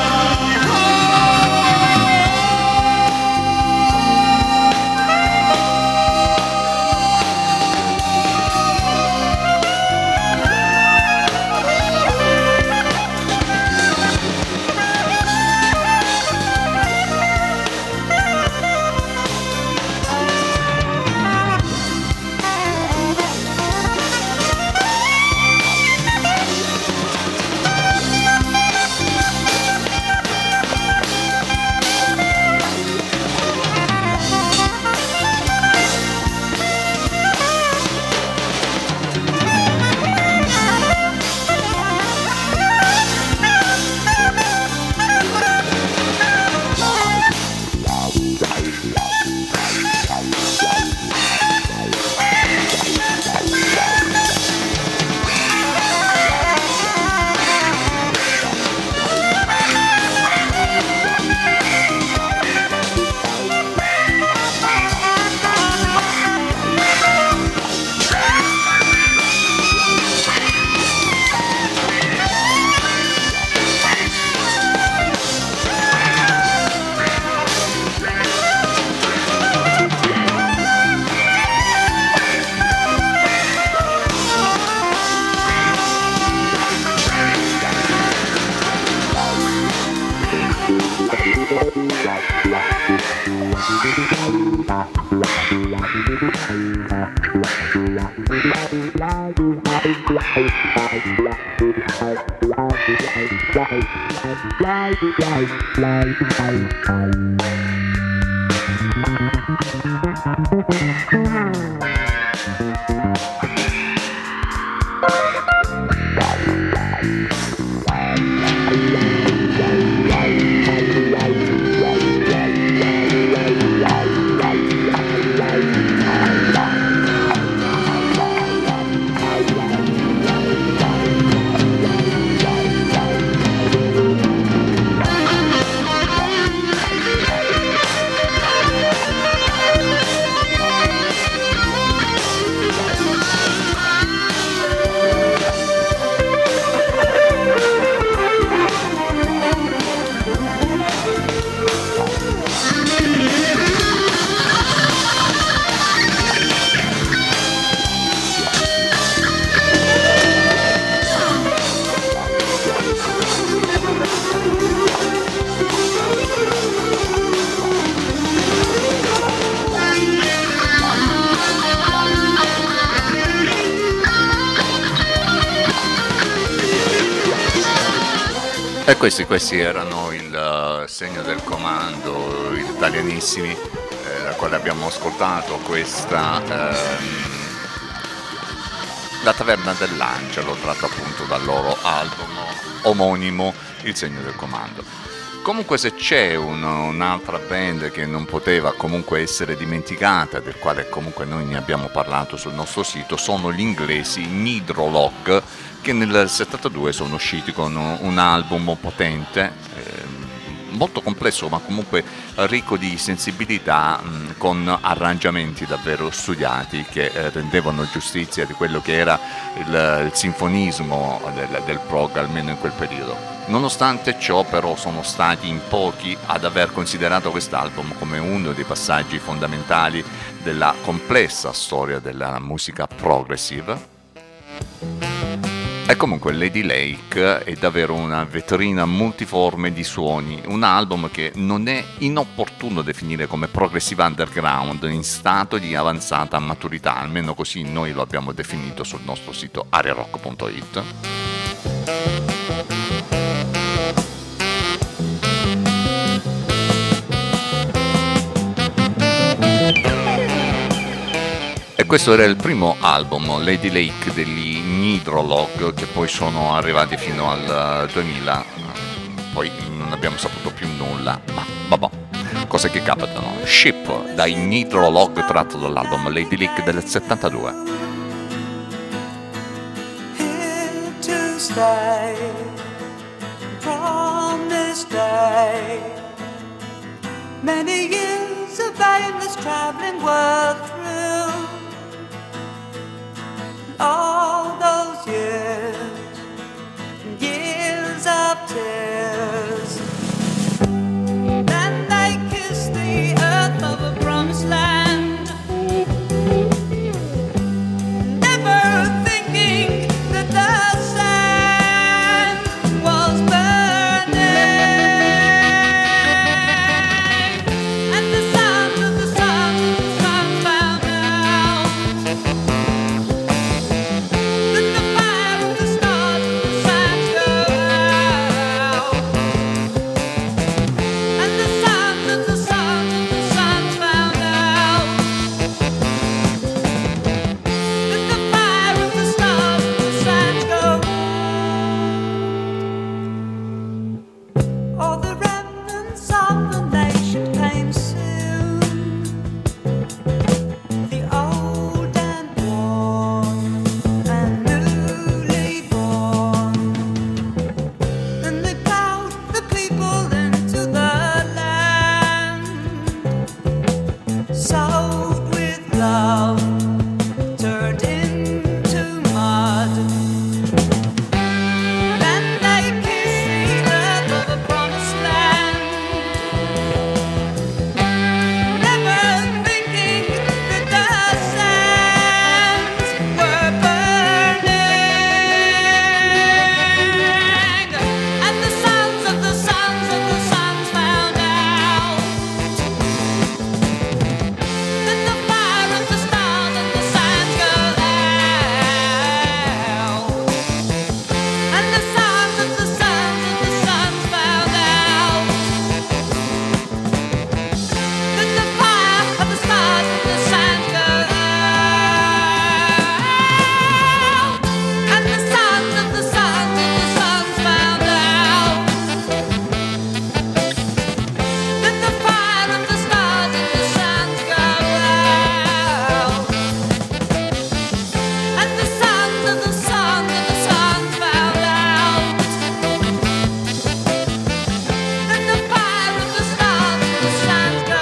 E questi erano il segno del comando, gli italianissimi, da quale abbiamo ascoltato questa La Taverna dell'Angelo, tratto appunto dal loro album omonimo Il segno del comando. Comunque, se c'è un'altra band che non poteva comunque essere dimenticata, del quale comunque noi ne abbiamo parlato sul nostro sito, sono gli inglesi Nidrolog, che nel 72 sono usciti con un album potente, molto complesso ma comunque ricco di sensibilità, con arrangiamenti davvero studiati che rendevano giustizia di quello che era il sinfonismo del prog, almeno in quel periodo. Nonostante ciò, però, sono stati in pochi ad aver considerato quest'album come uno dei passaggi fondamentali della complessa storia della musica progressive. E comunque Lady Lake è davvero una vetrina multiforme di suoni, un album che non è inopportuno definire come progressive underground in stato di avanzata maturità, almeno così noi lo abbiamo definito sul nostro sito ariarock.it. E questo era il primo album, Lady Lake, degli Nidrolog, che poi sono arrivati fino al 2000, poi non abbiamo saputo più nulla, ma vabbè, cose che capitano. Ship, dai Nidrolog, tratto dall'album Lady Lake del 72. Here to stay, from this day, many years of aimless traveling were through. All those years, years of tears. Then they kissed the earth of a promised land, never thinking that the sand was burning, and the sun of the sun found out that the fire of the stars and the sands go out, and the sun of the sun found out that the fire of the stars and the sands go out. All the remnants of the nation came soon, the old and worn and newly born, and they plowed the people into the land, soaked with love, turned into mud. Then they kissed the earth of a promised land, never thinking that the sands were burning, and the sons of the sons found out that the fire of the stars and the sands go out, and the sons of the sons found out that the fire of the stars and the sands go out, and the sons of the sons found out that the fire of the stars and the sands go out, and the sons of the sons found out that the fire of the stars and the sands go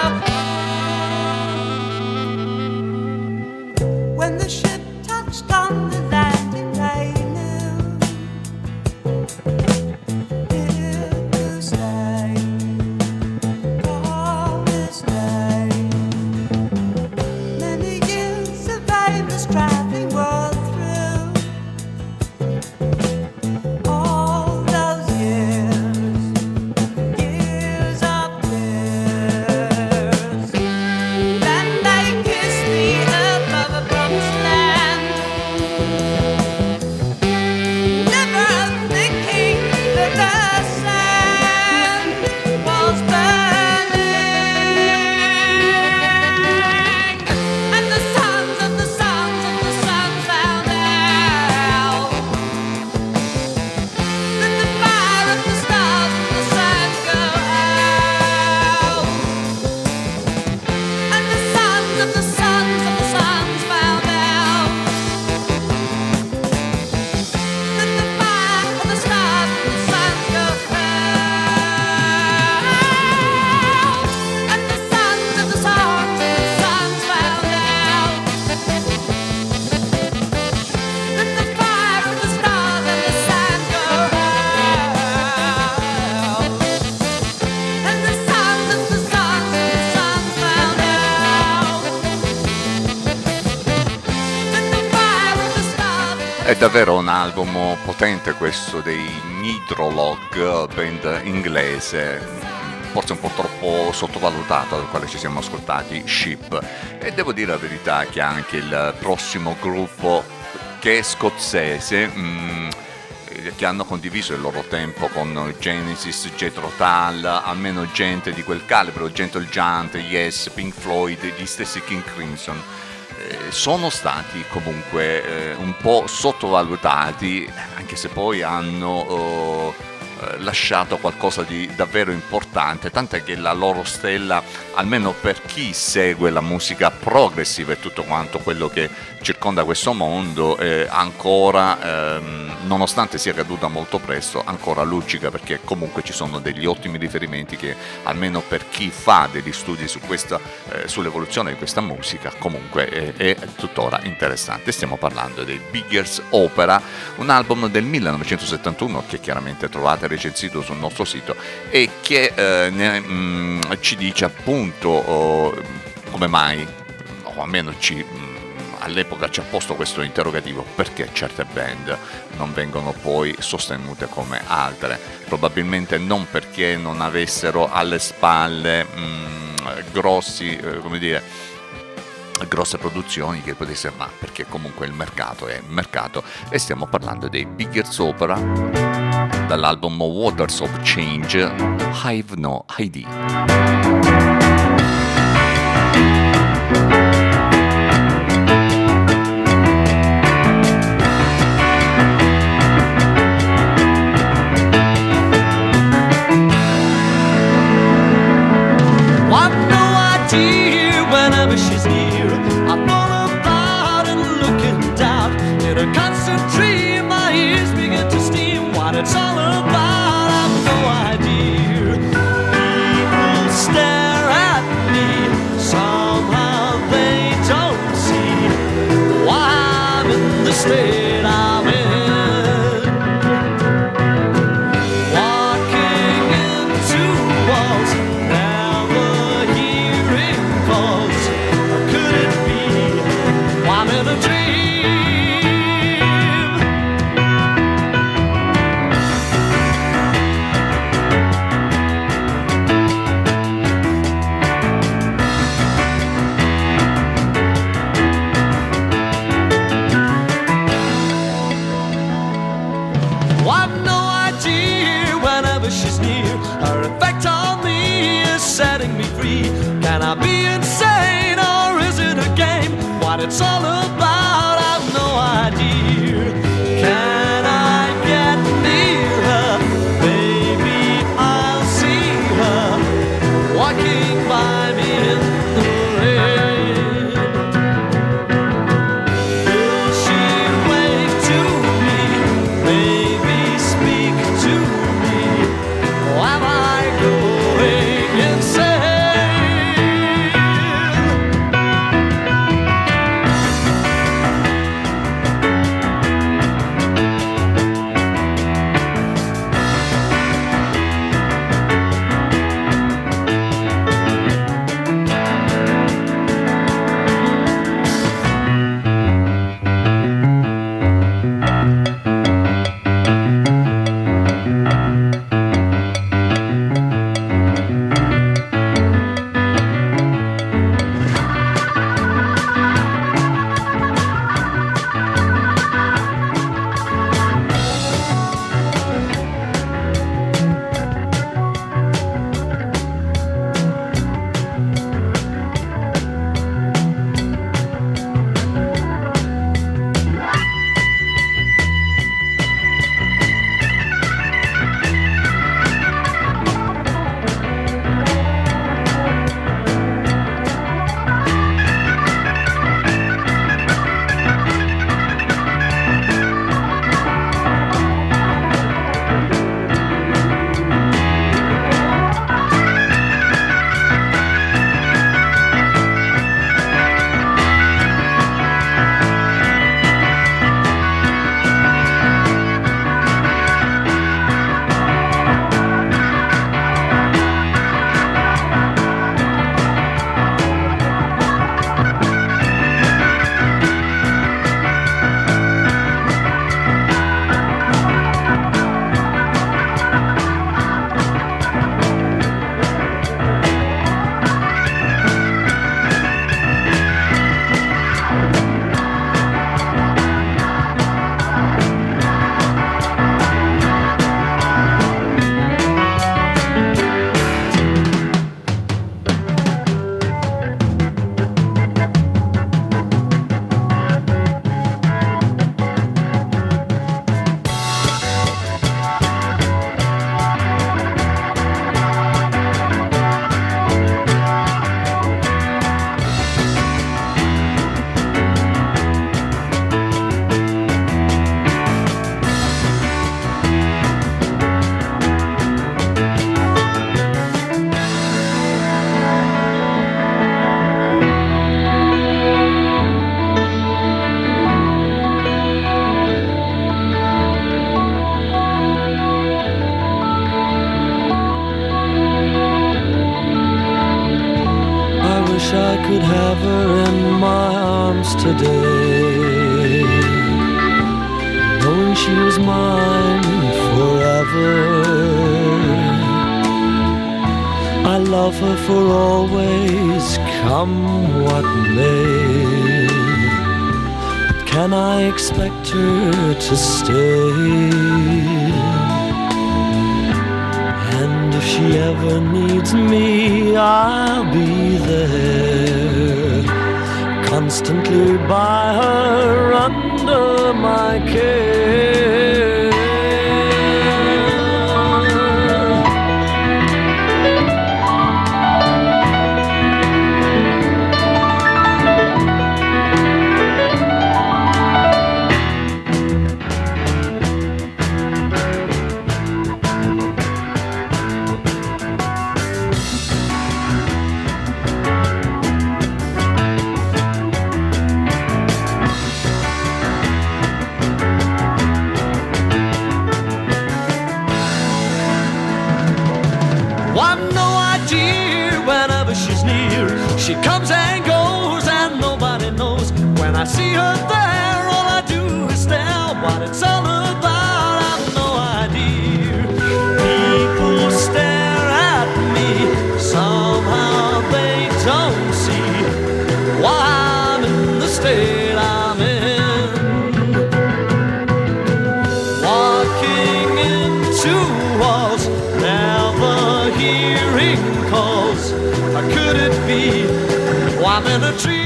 out. When the ship touched on the landing, they knew here to stay, on this day. Many years of aimless traveling were through. All those years, years of tears. Then they kissed the earth of a promised land, È davvero un album potente questo dei Nidrolog, band inglese, forse un po' troppo sottovalutato, dal quale ci siamo ascoltati Ship. E devo dire la verità che anche il prossimo gruppo, che è scozzese, che hanno condiviso il loro tempo con Genesis, Jethro Tull, almeno gente di quel calibro, Gentle Giant, Yes, Pink Floyd, gli stessi King Crimson, sono stati comunque un po' sottovalutati, anche se poi hanno lasciato qualcosa di davvero importante, tant'è che la loro stella, almeno per chi segue la musica progressiva e tutto quanto quello che circonda questo mondo, ancora, nonostante sia caduta molto presto, ancora luccica, perché comunque ci sono degli ottimi riferimenti che, almeno per chi fa degli studi su questa, sull'evoluzione di questa musica, comunque è tuttora interessante. Stiamo parlando dei Biggers Opera, un album del 1971 che chiaramente trovate recensito sul nostro sito e che ci dice appunto come mai, o almeno all'epoca ci ha posto questo interrogativo: perché certe band non vengono poi sostenute come altre? Probabilmente non perché non avessero alle spalle grossi, grosse produzioni che potesse, ma perché comunque il mercato è il mercato. E stiamo parlando dei Biggers Opera dall'album Waters of Change, I've No Idea. Whenever she's near, I fall about and looking down. In a constant dream, my ears begin to steam. What it's all about, I've no idea. People stare at me, somehow they don't see why I'm in the state I'm in. Walking into walls, never hearing calls. Could it be I'm in a dream? I've no idea whenever she's near. Her effect on me is setting me free. Can I be insane or is it a game? What it's all about, I've no idea. Can I get near her? Maybe I'll see her walking by me in the rain. Will she wave to me? Maybe speak to me? Or am I going insane? today, knowing she was mine forever. I love her for always, come what may. But can I expect her to stay? And if she ever needs me, I'll be there, constantly by her, under my care. She comes and goes and nobody knows. When I see her there, all I do is stare. What it's all about, I've no idea. People stare at me, somehow they don't see why I'm in the state I'm in. Walking into walls, never hearing calls. How could it be? I'm in a dream.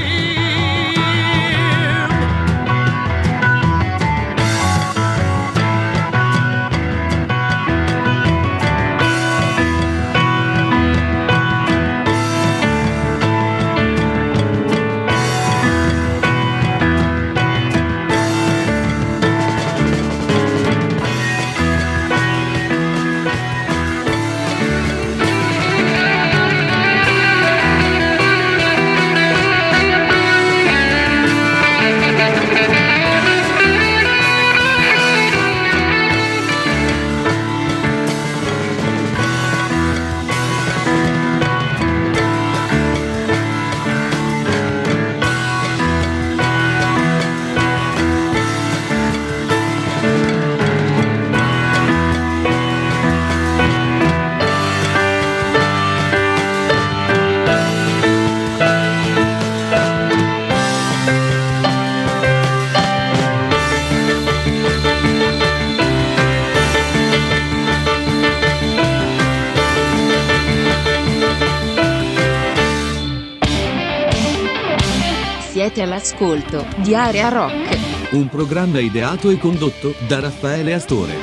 Siete all'ascolto di Area Rock. Un programma ideato e condotto da Raffaele Astore.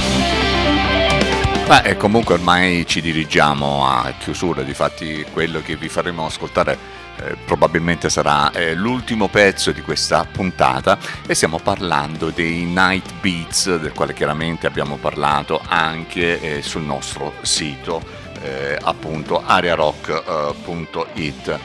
E comunque ormai ci dirigiamo a chiusura, difatti quello che vi faremo ascoltare probabilmente sarà l'ultimo pezzo di questa puntata, e stiamo parlando dei Night Beats, del quale chiaramente abbiamo parlato anche sul nostro sito, appunto arearock.it.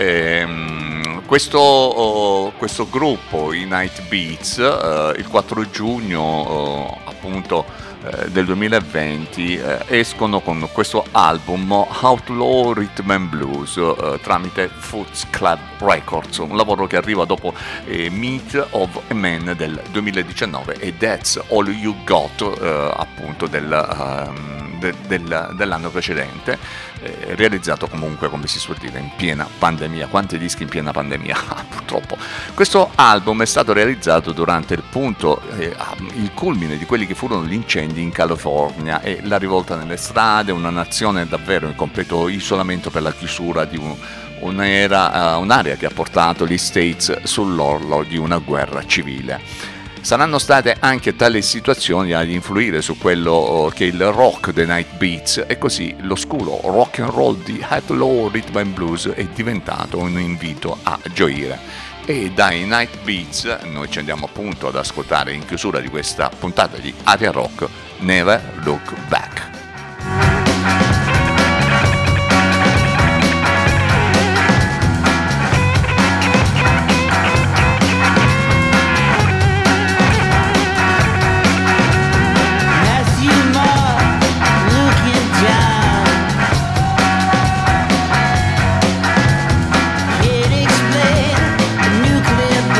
Questo gruppo, i Night Beats, il 4 giugno appunto del 2020 escono con questo album Outlaw Rhythm and Blues tramite Foots Club Records, un lavoro che arriva dopo Meat of a Man del 2019 e That's All You Got appunto dell'anno precedente, realizzato comunque, come si suol dire, in piena pandemia. Quanti dischi in piena pandemia? Purtroppo. Questo album è stato realizzato durante il punto, il culmine di quelli che furono gli incendi in California e la rivolta nelle strade, una nazione davvero in completo isolamento per la chiusura di un'area che ha portato gli States sull'orlo di una guerra civile. Saranno state anche tali situazioni ad influire su quello che è il rock dei Night Beats, e così l'oscuro rock and roll di Outlaw Rhythm and Blues è diventato un invito a gioire. E dai Night Beats noi ci andiamo appunto ad ascoltare, in chiusura di questa puntata di Area Rock, Never Look Back. Nuclear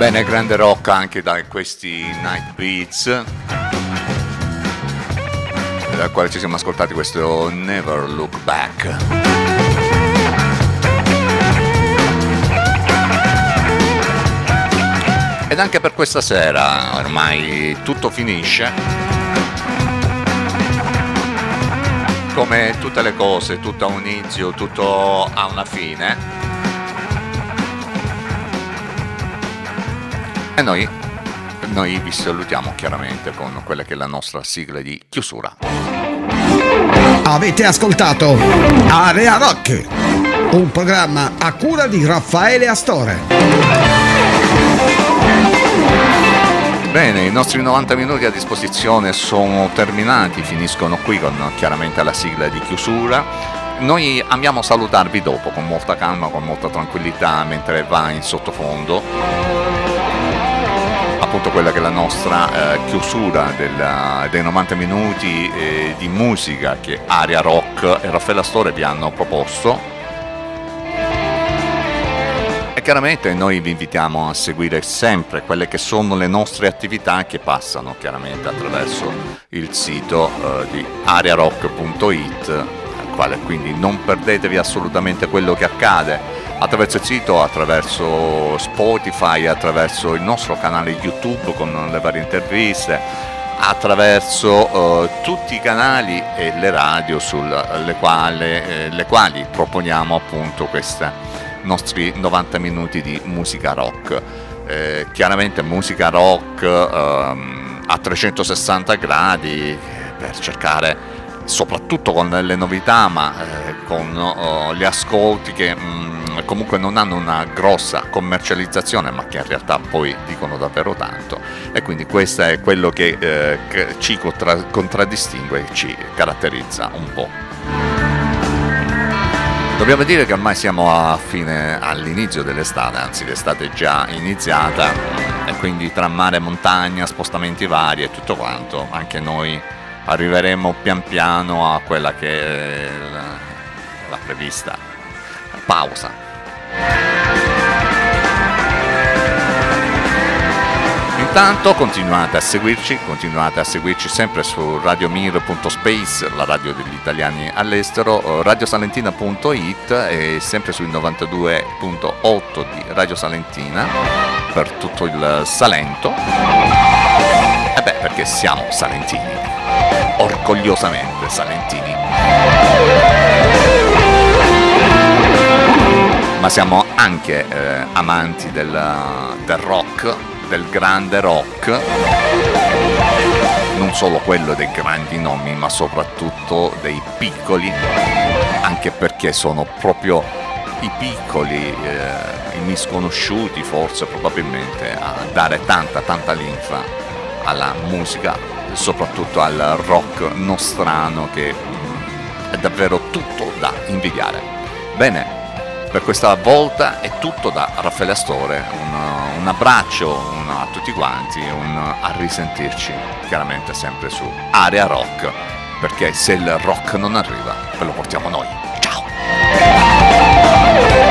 Bene, grande rock anche da questi Night Beats, dal quale ci siamo ascoltati questo Never Look Back. Ed anche per questa sera ormai tutto finisce. Come tutte le cose, tutto ha un inizio, tutto ha una fine. E noi vi salutiamo chiaramente con quella che è la nostra sigla di chiusura. Avete ascoltato Area Rock, un programma a cura di Raffaele Astore. Bene, i nostri 90 minuti a disposizione sono terminati, finiscono qui con chiaramente la sigla di chiusura. Noi amiamo salutarvi dopo con molta calma, con molta tranquillità, mentre va in sottofondo appunto quella che è la nostra chiusura dei 90 minuti di musica che Area Rock e Raffaele Astore vi hanno proposto. E chiaramente noi vi invitiamo a seguire sempre quelle che sono le nostre attività che passano chiaramente attraverso il sito di arearock.it, al quale quindi non perdetevi assolutamente quello che accade attraverso il sito, attraverso Spotify, attraverso il nostro canale YouTube con le varie interviste, attraverso tutti i canali e le radio le quali proponiamo appunto questi nostri 90 minuti di musica rock. Chiaramente musica rock a 360 gradi per cercare, soprattutto con le novità, ma con gli ascolti che comunque non hanno una grossa commercializzazione, ma che in realtà poi dicono davvero tanto. E quindi questo è quello che ci contraddistingue e ci caratterizza un po'. Dobbiamo dire che ormai siamo all'inizio dell'estate, anzi l'estate è già iniziata, e quindi tra mare e montagna, spostamenti vari e tutto quanto, anche noi arriveremo pian piano a quella che è la prevista pausa. Intanto continuate a seguirci sempre su radiomir.space, la radio degli italiani all'estero, radiosalentina.it e sempre sui 92.8 di Radio Salentina per tutto il Salento. E beh, perché siamo salentini, orgogliosamente salentini. Ma siamo anche amanti del rock, del grande rock, non solo quello dei grandi nomi, ma soprattutto dei piccoli, anche perché sono proprio i piccoli, i misconosciuti forse probabilmente, a dare tanta linfa alla musica, soprattutto al rock nostrano, che è davvero tutto da invidiare. Bene, per questa volta è tutto da Raffaele Astore, un abbraccio a tutti quanti, a risentirci chiaramente sempre su Area Rock, perché se il rock non arriva ve lo portiamo noi. Ciao!